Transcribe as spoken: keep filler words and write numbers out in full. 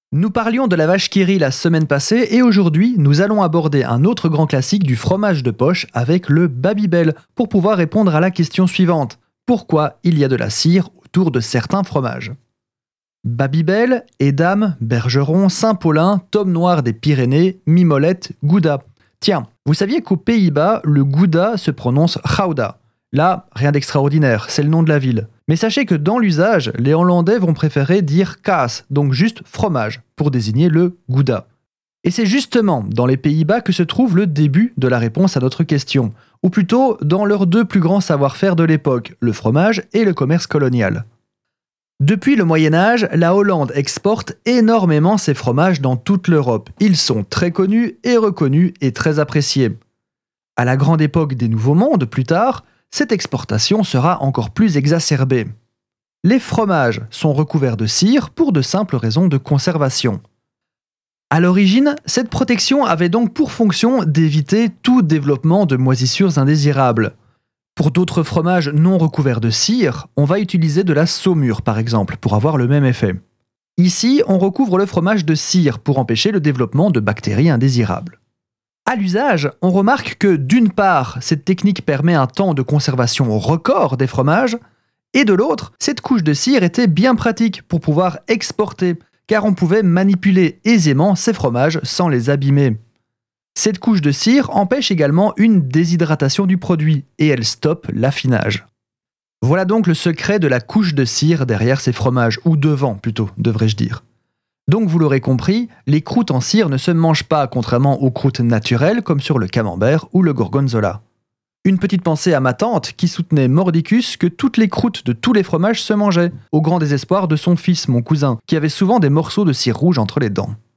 Nous parlions de la vache qui rit la semaine passée et aujourd'hui, nous allons aborder un autre grand classique du fromage de poche avec le Babybel pour pouvoir répondre à la question suivante. Pourquoi il y a de la cire autour de certains fromages ? Babybel, Edam, Bergeron, Saint-Paulin, Tome Noir des Pyrénées, Mimolette, Gouda. Tiens, vous saviez qu'aux Pays-Bas, le Gouda se prononce Gouda. Là, rien d'extraordinaire, c'est le nom de la ville. Mais sachez que dans l'usage, les Hollandais vont préférer dire kaas, donc juste fromage, pour désigner le Gouda. Et c'est justement dans les Pays-Bas que se trouve le début de la réponse à notre question, ou plutôt dans leurs deux plus grands savoir-faire de l'époque, le fromage et le commerce colonial. Depuis le Moyen-Âge, la Hollande exporte énormément ses fromages dans toute l'Europe. Ils sont très connus et reconnus et très appréciés. À la grande époque des Nouveaux Mondes, plus tard, cette exportation sera encore plus exacerbée. Les fromages sont recouverts de cire pour de simples raisons de conservation. À l'origine, cette protection avait donc pour fonction d'éviter tout développement de moisissures indésirables. Pour d'autres fromages non recouverts de cire, on va utiliser de la saumure par exemple pour avoir le même effet. Ici, on recouvre le fromage de cire pour empêcher le développement de bactéries indésirables. À l'usage, on remarque que d'une part, cette technique permet un temps de conservation record des fromages, et de l'autre, cette couche de cire était bien pratique pour pouvoir exporter, car on pouvait manipuler aisément ces fromages sans les abîmer. Cette couche de cire empêche également une déshydratation du produit, et elle stoppe l'affinage. Voilà donc le secret de la couche de cire derrière ces fromages, ou devant plutôt, devrais-je dire. Donc vous l'aurez compris, les croûtes en cire ne se mangent pas, contrairement aux croûtes naturelles comme sur le camembert ou le gorgonzola. Une petite pensée à ma tante qui soutenait mordicus que toutes les croûtes de tous les fromages se mangeaient, au grand désespoir de son fils, mon cousin, qui avait souvent des morceaux de cire rouge entre les dents.